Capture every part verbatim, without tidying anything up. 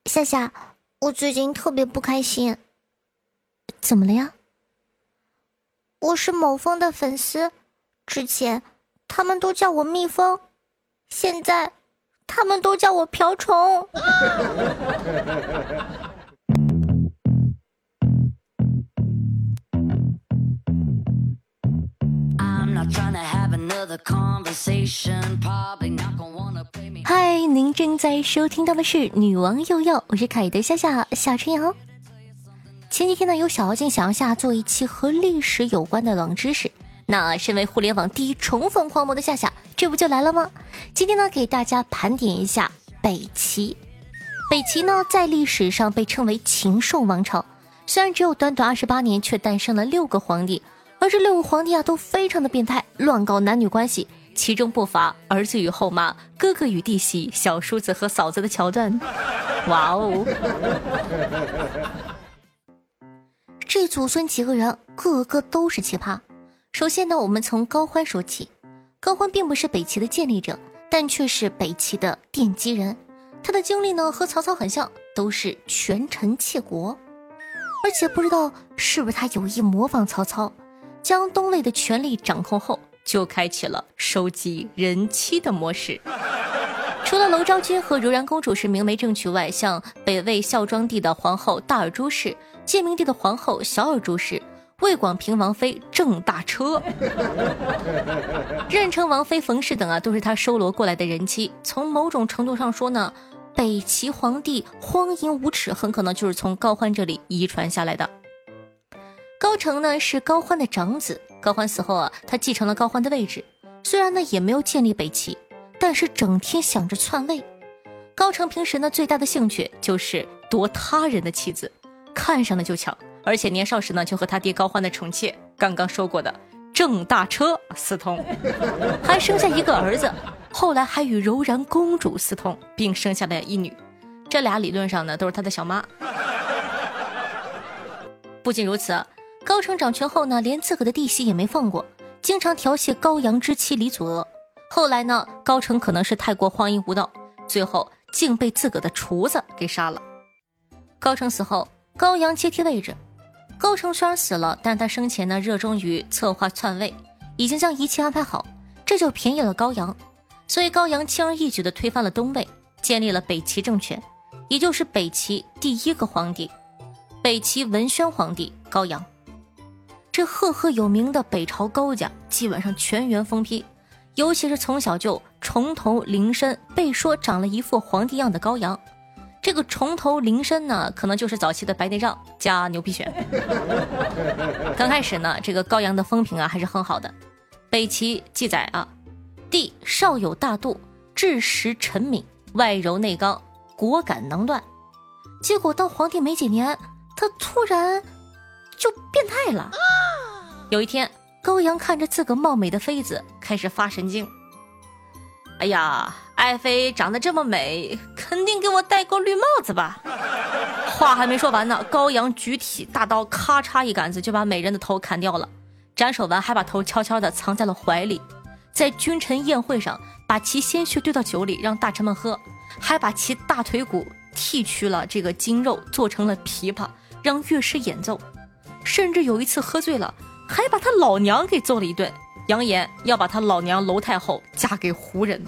夏夏，我最近特别不开心。 怎么了呀？ 我是某蜂的粉丝，之前他们都叫我蜜蜂，现在他们都叫我瓢虫。 嗨，您正在收听到的是女王又要，我是凯德夏夏夏春瑶。前几天呢，有小妖精想要夏做一期和历史有关的冷知识，那身为互联网第一宠粉狂魔的夏夏，这不就来了吗？今天呢，给大家盘点一下北齐。北齐呢，在历史上被称为禽兽王朝，虽然只有短短二十八年，却诞生了六个皇帝，而这六个皇帝啊，都非常的变态，乱搞男女关系，其中不乏儿子与后妈、哥哥与弟媳、小叔子和嫂子的桥段。哇哦！这祖孙几个人，个个都是奇葩。首先呢，我们从高欢说起。高欢并不是北齐的建立者，但却是北齐的奠基人。他的经历呢，和曹操很像，都是权臣窃国。而且不知道是不是他有意模仿曹操，将东魏的权力掌控后，就开启了收集人妻的模式。除了娄昭君和柔然公主是明媒正娶外，像北魏孝庄帝的皇后大尔朱氏、建明帝的皇后小尔朱氏、魏广平王妃郑大车、任城王妃冯氏等啊，都是他收罗过来的人妻。从某种程度上说呢，北齐皇帝荒淫无耻很可能就是从高欢这里遗传下来的。高澄呢是高欢的长子，高欢死后啊，他继承了高欢的位置，虽然呢也没有建立北齐，但是整天想着篡位。高澄平时呢最大的兴趣就是夺他人的妻子，看上了就抢，而且年少时呢就和他爹高欢的宠妾刚刚说过的郑大车私通，还生下一个儿子，后来还与柔然公主私通，并生下了一女，这俩理论上呢都是他的小妈。不仅如此，高澄掌权后呢，连自个的弟媳也没放过，经常调戏高阳之妻李祖娥。后来呢，高澄可能是太过荒淫无道，最后竟被自个的厨子给杀了。高澄死后，高阳接替位置。高澄虽然死了，但他生前呢热衷于策划篡位，已经将一切安排好，这就便宜了高阳。所以高阳轻而易举地推翻了东魏，建立了北齐政权，也就是北齐第一个皇帝，北齐文宣皇帝高阳。这赫赫有名的北朝高家基本上全员封批，尤其是从小就重头灵身，被说长了一副皇帝样的高阳。这个重头灵身呢，可能就是早期的白内障加牛皮癣。刚开始呢，这个高阳的风评啊还是很好的。北齐记载啊，帝少有大度，治时沉敏，外柔内刚，果敢能断。结果当皇帝没几年，他突然就变态了。有一天，高阳看着自个貌美的妃子，开始发神经。哎呀，爱妃长得这么美，肯定给我戴个绿帽子吧。话还没说完呢，高阳举起大刀，咔嚓一杆子就把美人的头砍掉了，斩首完还把头悄悄地藏在了怀里。在君臣宴会上，把其鲜血兑到酒里让大臣们喝，还把其大腿骨剔去了这个筋肉，做成了琵琶让乐师演奏。甚至有一次喝醉了，还把他老娘给揍了一顿，扬言要把他老娘娄太后嫁给胡人。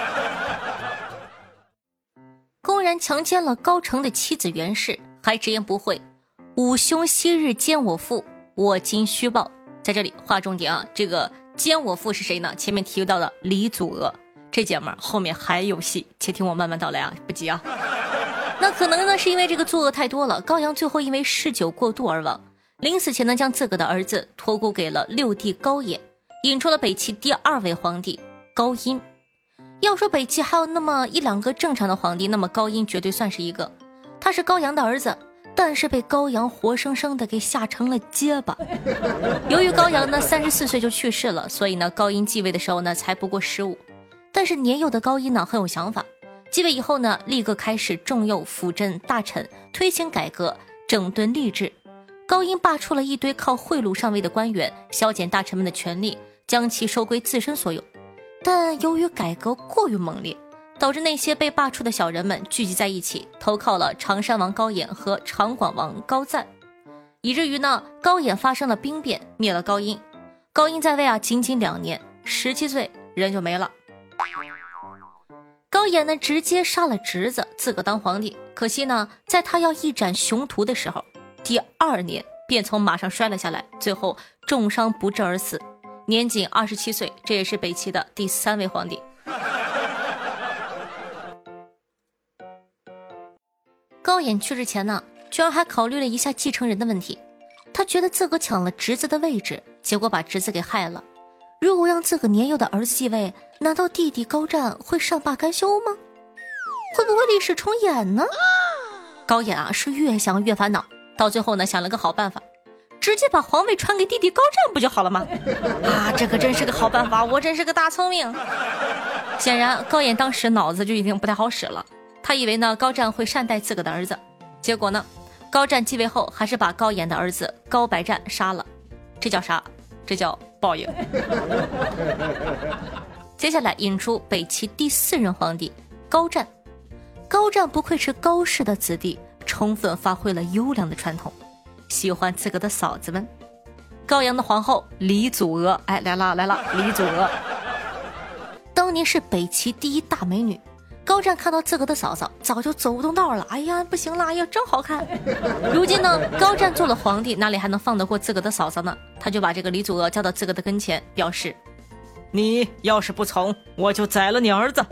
公然强奸了高澄的妻子袁氏，还直言不讳，吾兄昔日奸我父，我今虚报。在这里划重点啊，这个奸我父是谁呢？前面提到的李祖娥，这姐们儿后面还有戏，且听我慢慢道来啊，不急啊。那可能呢是因为这个作恶太多了，高阳最后因为嗜酒过度而亡，临死前呢将自个的儿子托孤给了六弟高野，引出了北齐第二位皇帝高殷。要说北齐还有那么一两个正常的皇帝，那么高殷绝对算是一个。他是高阳的儿子，但是被高阳活生生的给吓成了结巴。由于高阳呢三十四岁就去世了，所以呢高殷继位的时候呢才不过十五。但是年幼的高殷呢很有想法，继位以后呢立刻开始重用辅政大臣，推行改革，整顿吏治。高殷罢黜了一堆靠贿赂上位的官员，削减大臣们的权力，将其收归自身所有。但由于改革过于猛烈， 导致那些被罢黜的小人们聚集在一起，投靠了常山王高演和长广王高赞，以至于呢高演发生了兵变，灭了高音。高音在位啊仅仅两年，十七岁人就没了。高演呢直接杀了侄子，自个当皇帝。可惜呢，在他要一展雄图的时候，第二年便从马上摔了下来，最后重伤不治而死，年仅二十七岁。这也是北齐的第三位皇帝。高演去之前呢，居然还考虑了一下继承人的问题。他觉得自个抢了侄子的位置，结果把侄子给害了。如果让自个年幼的儿子继位，难道弟弟高湛会善罢甘休吗？会不会历史重演呢？高演啊是越想越烦恼，到最后呢想了个好办法，直接把皇位传给弟弟高湛不就好了吗？啊，这可真是个好办法，我真是个大聪明。显然高演当时脑子就已经不太好使了，他以为呢高湛会善待自个的儿子，结果呢高湛继位后还是把高演的儿子高白湛杀了。这叫啥？这叫报应。接下来引出北齐第四任皇帝高湛。高湛不愧是高氏的子弟，充分发挥了优良的传统，喜欢自个的嫂子们。高阳的皇后李祖娥，哎，来了来了，李祖娥当年是北齐第一大美女。高湛看到自个的嫂嫂早就走不动道了，哎呀不行了，哎呀真好看。如今呢高湛做了皇帝，哪里还能放得过自个的嫂嫂呢？他就把这个李祖娥叫到自个的跟前，表示你要是不从，我就宰了你儿子。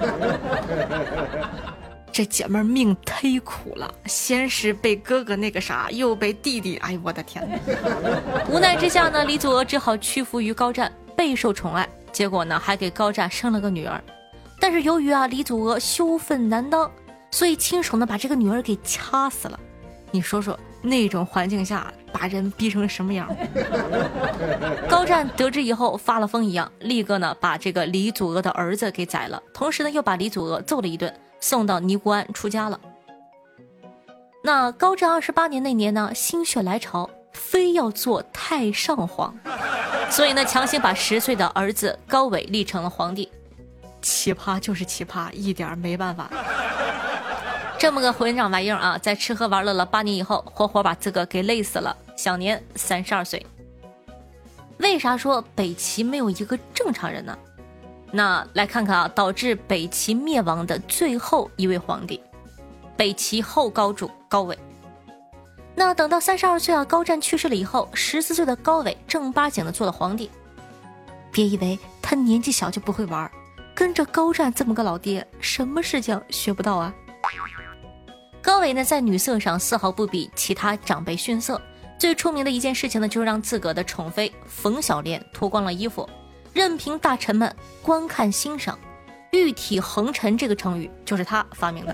这姐妹命忒苦了，先是被哥哥那个啥，又被弟弟，哎我的天。无奈之下呢，李祖娥只好屈服于高湛，备受宠爱，结果呢还给高湛生了个女儿。但是由于啊李祖娥羞愤难当，所以亲手呢把这个女儿给掐死了。你说说那种环境下把人逼成什么样？高湛得知以后发了疯一样，立刻呢把这个李祖娥的儿子给宰了，同时呢又把李祖娥揍了一顿，送到尼姑庵出家了。那高湛二十八年那年呢，心血来潮，非要做太上皇，所以呢强行把十岁的儿子高纬立成了皇帝。奇葩就是奇葩，一点没办法。这么个混账玩意儿啊，在吃喝玩乐了八年以后，活活把自个给累死了，享年三十二岁。为啥说北齐没有一个正常人呢？那来看看啊，导致北齐灭亡的最后一位皇帝，北齐后高祖高纬。那等到三十二岁啊，高湛去世了以后，十四岁的高纬正八经的做了皇帝。别以为他年纪小就不会玩，跟着高湛这么个老爹，什么事情学不到啊？高纬呢，在女色上丝毫不比其他长辈逊色。最出名的一件事情呢，就是让自个的宠妃冯小莲脱光了衣服，任凭大臣们观看欣赏。玉体横陈这个成语就是他发明的。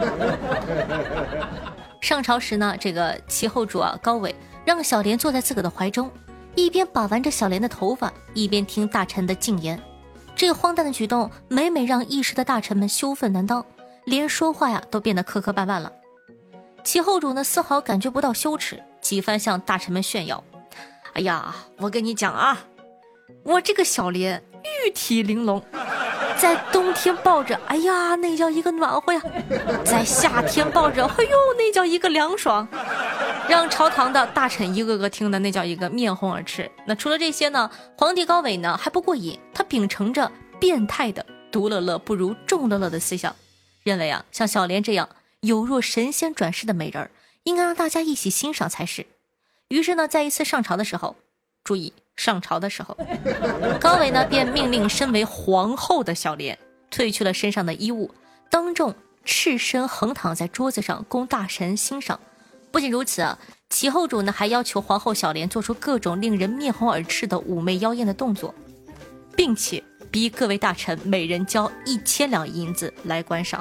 上朝时呢，这个齐后主啊高纬让小莲坐在自个的怀中，一边把玩着小莲的头发，一边听大臣的进言。这个荒诞的举动每每让一时的大臣们羞愤难当，连说话呀都变得磕磕绊绊了。齐后主呢丝毫感觉不到羞耻，几番向大臣们炫耀：哎呀，我跟你讲啊，我这个小莲玉体玲珑，在冬天抱着，哎呀那叫一个暖和呀，在夏天抱着，哎呦那叫一个凉爽，让朝堂的大臣一个个听的那叫一个面红耳赤。那除了这些呢，皇帝高纬呢还不过瘾，他秉承着变态的独乐乐不如众乐乐的思想，认为啊像小莲这样有若神仙转世的美人应该让大家一起欣赏才是。于是呢，在一次上朝的时候，注意上朝的时候，高纬呢便命令身为皇后的小莲褪去了身上的衣物，当众赤身横躺在桌子上供大臣欣赏。不仅如此啊，齐后主呢还要求皇后小莲做出各种令人面红耳赤的妩媚妖艳的动作，并且逼各位大臣每人交一千两银子来观赏。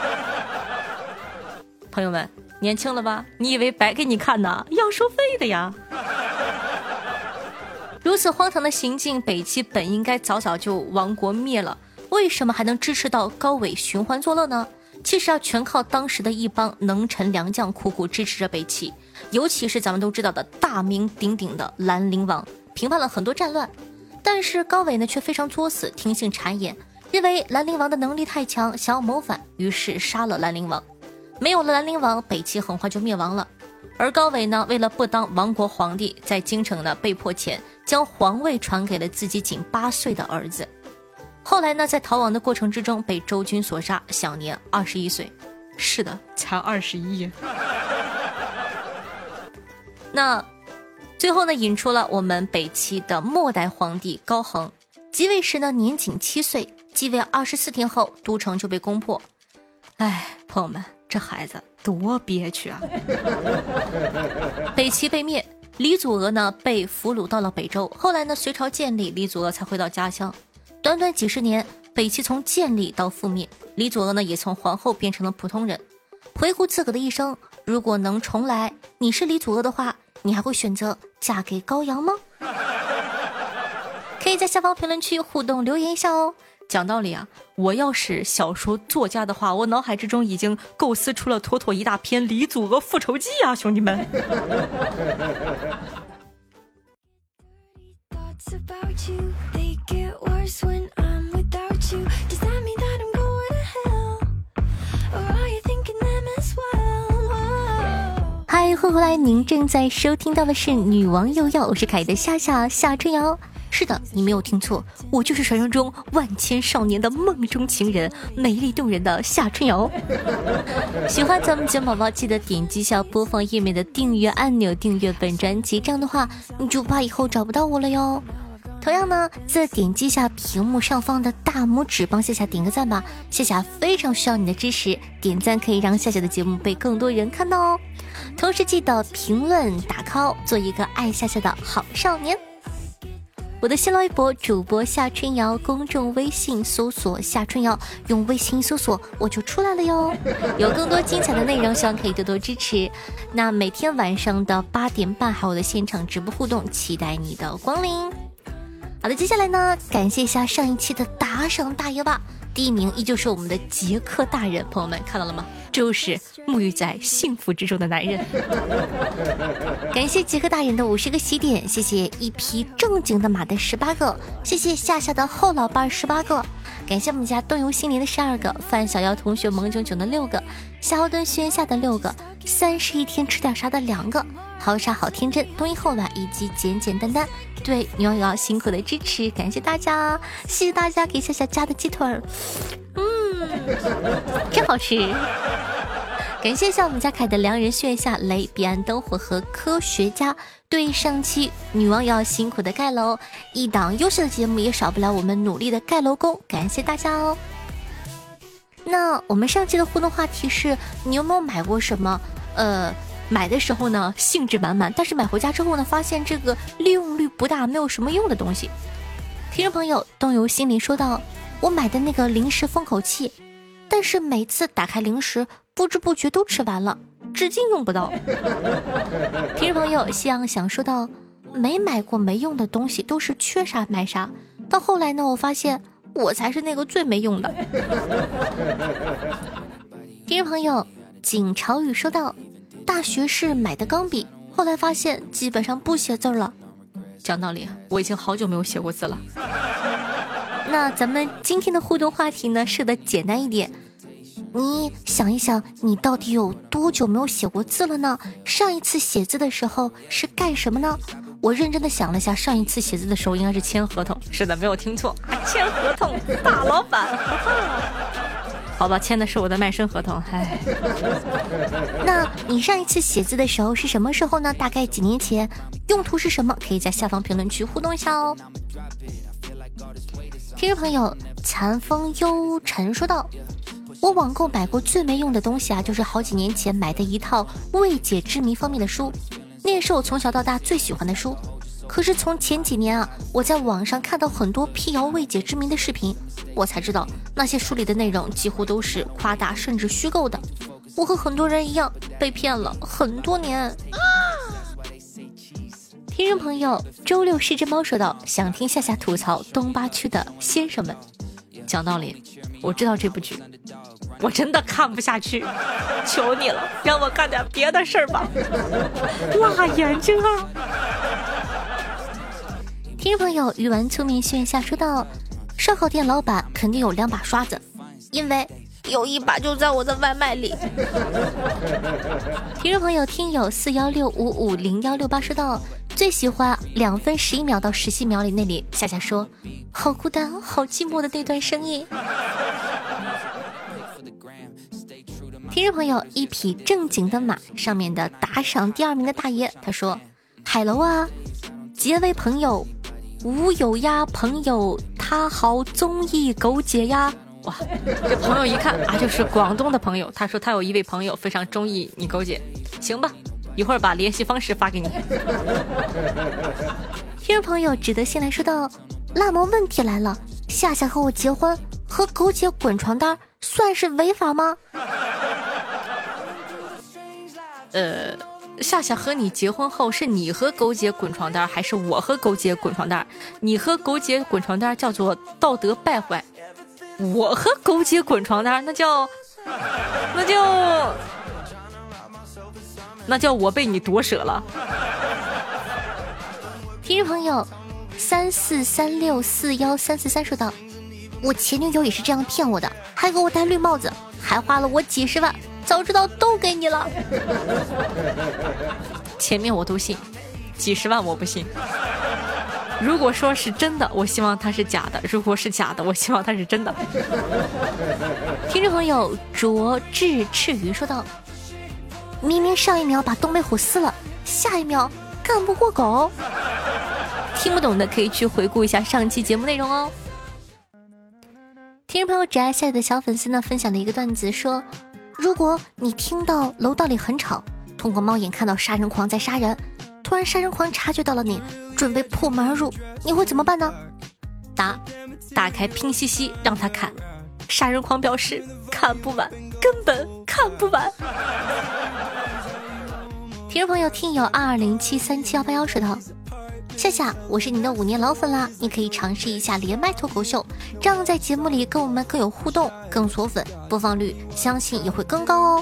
朋友们，年轻了吧？你以为白给你看呢？要收费的呀！如此荒唐的行径，北齐本应该早早就亡国灭了，为什么还能支持到高纬寻欢作乐呢？其实啊，全靠当时的一帮能臣良将苦苦支持着北齐，尤其是咱们都知道的大名鼎鼎的兰陵王，平叛了很多战乱。但是高纬呢却非常作死，听信谗言， 认为兰陵王的能力太强，想要谋反，于是杀了兰陵王。没有了兰陵王，北齐很快就灭亡了。而高纬呢，为了不当亡国皇帝，在京城呢被迫前将皇位传给了自己仅八岁的儿子。后来呢，在逃亡的过程之中被周军所杀，享年二十一岁。是的，才二十一。那最后呢，引出了我们北齐的末代皇帝高恒，即位时呢年仅七岁，继位二十四天后，都城就被攻破。哎，朋友们，这孩子多憋屈啊！北齐被灭，李祖娥呢被俘虏到了北周。后来呢，隋朝建立，李祖娥才回到家乡。短短几十年，北齐从建立到覆灭，李祖娥呢也从皇后变成了普通人。回顾自个的一生，如果能重来，你是李祖娥的话，你还会选择嫁给高阳吗？可以在下方评论区互动留言一下哦。讲道理啊，我要是小说作家的话，我脑海之中已经构思出了妥妥一大篇李祖娥复仇记啊，兄弟们。嗨，欢迎回来，您正在收听到的是女王又要，我是凯的夏夏夏春瑶。是的，你没有听错，我就是传说中万千少年的梦中情人，美丽动人的夏春瑶。喜欢咱们节目宝宝，记得点击下播放页面的订阅按钮，订阅本专辑，这样的话你就不怕以后找不到我了哟。同样呢，再点击下屏幕上方的大拇指，帮夏夏点个赞吧，夏夏非常需要你的支持，点赞可以让夏夏的节目被更多人看到哦。同时记得评论打 call， 做一个爱夏夏的好少年。我的新浪微博主播夏春瑶，公众微信搜索夏春瑶，用微信搜索我就出来了哟。有更多精彩的内容，希望可以多多支持。那每天晚上的八点半还有我的现场直播互动，期待你的光临。好的，接下来呢，感谢一下上一期的打赏大爷吧。第一名依旧是我们的杰克大人，朋友们看到了吗？就是沐浴在幸福之中的男人。感谢杰克大人的五十个喜点，谢谢一匹正经的马的十八个，谢谢夏夏的后老伴十八个，感谢我们家东游心灵的十二个，范小妖同学萌囧囧的六个，夏侯惇轩下的六个，三十一天吃点啥的两个，好傻好天真东一后晚以及简简单单，对女友要辛苦的支持，感谢大家，谢谢大家给夏夏加的鸡腿儿，嗯，真好吃。感谢一下我们家凯的良人血下雷彼岸灯火和科学家，对上期女王要辛苦的盖楼，一档优秀的节目也少不了我们努力的盖楼工，感谢大家哦。那我们上期的互动话题是，你有没有买过什么呃买的时候呢兴致满满，但是买回家之后呢发现这个利用率不大，没有什么用的东西。听众朋友东游心里说道，我买的那个零食封口器，但是每次打开零食不知不觉都吃完了，至今用不到。听众朋友夕阳想说到，没买过没用的东西，都是缺啥买啥，到后来呢我发现我才是那个最没用的。听众朋友景朝雨说道，大学是买的钢笔，后来发现基本上不写字了。讲道理，我已经好久没有写过字了。那咱们今天的互动话题呢设的简单一点，你想一想，你到底有多久没有写过字了呢？上一次写字的时候是干什么呢？我认真的想了下，上一次写字的时候应该是签合同。是的，没有听错，签合同，大老板。好吧，签的是我的卖身合同。唉，那你上一次写字的时候是什么时候呢？大概几年前？用途是什么？可以在下方评论区互动一下哦。听众朋友残风幽沉说道，我网购买过最没用的东西啊，就是好几年前买的一套未解之谜方面的书，那也是我从小到大最喜欢的书。可是从前几年啊，我在网上看到很多辟谣未解之谜的视频，我才知道那些书里的内容几乎都是夸大甚至虚构的。我和很多人一样被骗了很多年。听众朋友周六是只猫说道，想听夏夏吐槽东八区的先生们。讲道理，我知道这部剧，我真的看不下去，求你了，让我干点别的事儿吧。辣眼睛啊！听众朋友鱼丸粗面炫下说道， 烧烤店老板肯定有两把刷子，因为有一把就在我的外卖里。听众朋友听友四幺六五五零幺六八说到，最喜欢两分十一秒到十七秒里那里夏夏说好孤单好寂寞的那段声音。听众朋友一匹正经的马上面的打赏第二名的大爷他说海楼啊，结为朋友无有呀，朋友他好综艺狗姐呀。哇，这朋友一看啊，就是广东的朋友。他说他有一位朋友非常中意你狗姐，行吧，一会儿把联系方式发给你。听众朋友只得先来说到，那么问题来了，夏夏和我结婚，和狗姐滚床单算是违法吗？呃。夏夏和你结婚后，是你和狗姐滚床单，还是我和狗姐滚床单？你和狗姐滚床单叫做道德败坏，我和狗姐滚床单那叫那叫那叫我被你夺舍了。听众朋友三四三六四幺三四三说道，我前女友也是这样骗我的，还给我戴绿帽子，还花了我几十万，早知道都给你了。前面我都信，几十万我不信。如果说是真的，我希望它是假的；如果是假的，我希望它是真的。听众朋友卓志赤鱼说道，明明上一秒把东北虎撕了，下一秒干不过狗。听不懂的可以去回顾一下上期节目内容哦。听众朋友只爱下的小粉丝呢分享的一个段子说，如果你听到楼道里很吵，通过猫眼看到杀人狂在杀人，突然杀人狂察觉到了你，准备破门而入，你会怎么办呢？答：打开拼夕夕让他看。杀人狂表示看不完，根本看不完。听众朋友听友二二零七三七幺八幺说道，夏夏，我是你的五年老粉啦，你可以尝试一下连麦脱口秀，这样在节目里跟我们更有互动，更锁粉，播放率相信也会更高哦。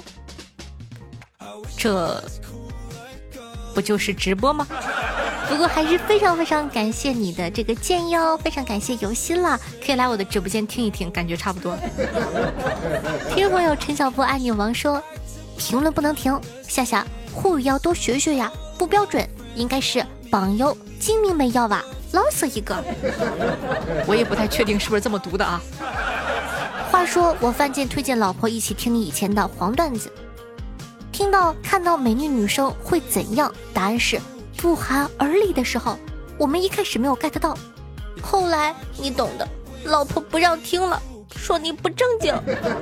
这不就是直播吗？不过还是非常非常感谢你的这个建议哦，非常感谢有心啦，可以来我的直播间听一听，感觉差不多。听众朋友陈小波爱女王说，评论不能停，夏夏沪语要多学学呀，不标准，应该是榜优精明美药吧，老死一个。我也不太确定是不是这么读的啊。话说我犯贱推荐老婆一起听你以前的黄段子，听到看到美女女生会怎样，答案是不寒而栗的时候，我们一开始没有 get 到，后来你懂的，老婆不让听了，说你不正经。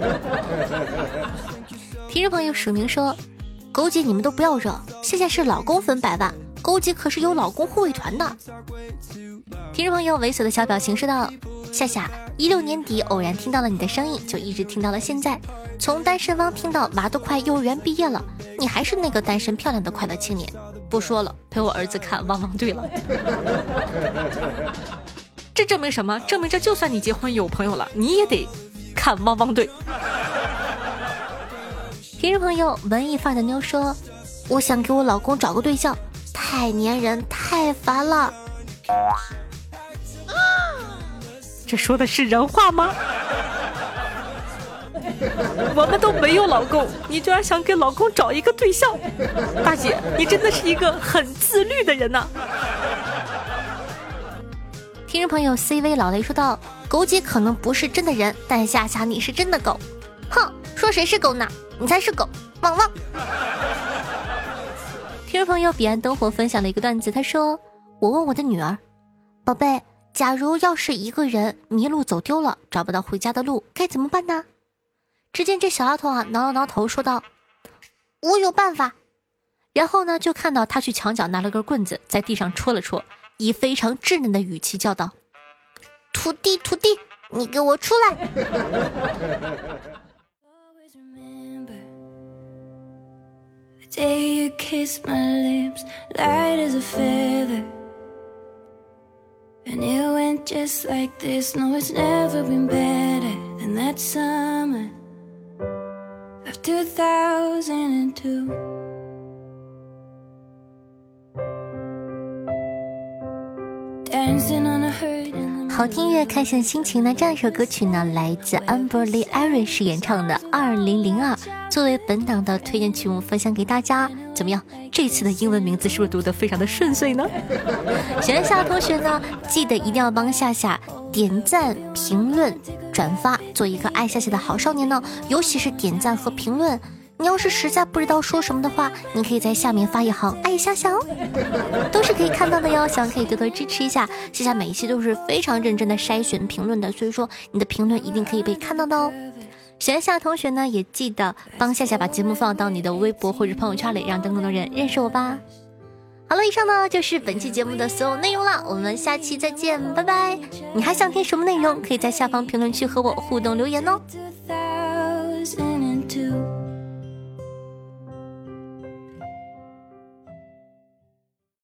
听众朋友署名说，狗姐你们都不要惹，现在是老公粉百万，狗姐可是有老公护卫团的。听众朋友猥琐的小表情说道，夏夏一六年底偶然听到了你的声音，就一直听到了现在，从单身汪听到娃都快幼儿园毕业了，你还是那个单身漂亮的快乐青年。不说了，陪我儿子看汪汪队了。这证明什么？证明这就算你结婚有朋友了，你也得看汪汪队。听众朋友文艺范儿的妞说，我想给我老公找个对象，太粘人太烦了。这说的是人话吗？我们都没有老公，你居然想给老公找一个对象，大姐你真的是一个很自律的人呐、啊。听众朋友 C V 老雷说道，狗姐可能不是真的人，但夏夏你是真的狗。哼，说谁是狗呢？你才是狗，汪汪。听众朋友彼岸灯火分享了一个段子，他说，我问我的女儿，宝贝，假如要是一个人迷路走丢了，找不到回家的路，该怎么办呢？只见这小丫头啊挠了挠头说道，我有办法。然后呢就看到她去墙角拿了根棍子，在地上戳了戳，以非常稚嫩的语气叫道，土地土地，你给我出来。 Day you kissed my lips, light as a feather, and it went just like this. No, it's never been better than that summer of two thousand two. Dancing on a hurt in the 好听乐开心心情呢，这样一首歌曲呢来自 Amberly Irish 演唱的二零零二，作为本档的推荐曲目分享给大家。怎么样，这次的英文名字是不是读得非常的顺遂呢？喜欢夏同学呢，记得一定要帮夏夏点赞、评论、转发，做一个爱夏夏的好少年呢。尤其是点赞和评论，你要是实在不知道说什么的话，你可以在下面发一行爱夏夏哦，都是可以看到的哟。希望可以多多支持一下，夏夏每一期都是非常认真的筛选评论的，所以说你的评论一定可以被看到的哦。喜欢夏同学呢，也记得帮夏夏把节目放到你的微博或者朋友圈里，让更多的人认识我吧。好了，以上呢就是本期节目的所有内容了，我们下期再见，拜拜。你还想听什么内容？可以在下方评论区和我互动留言哦。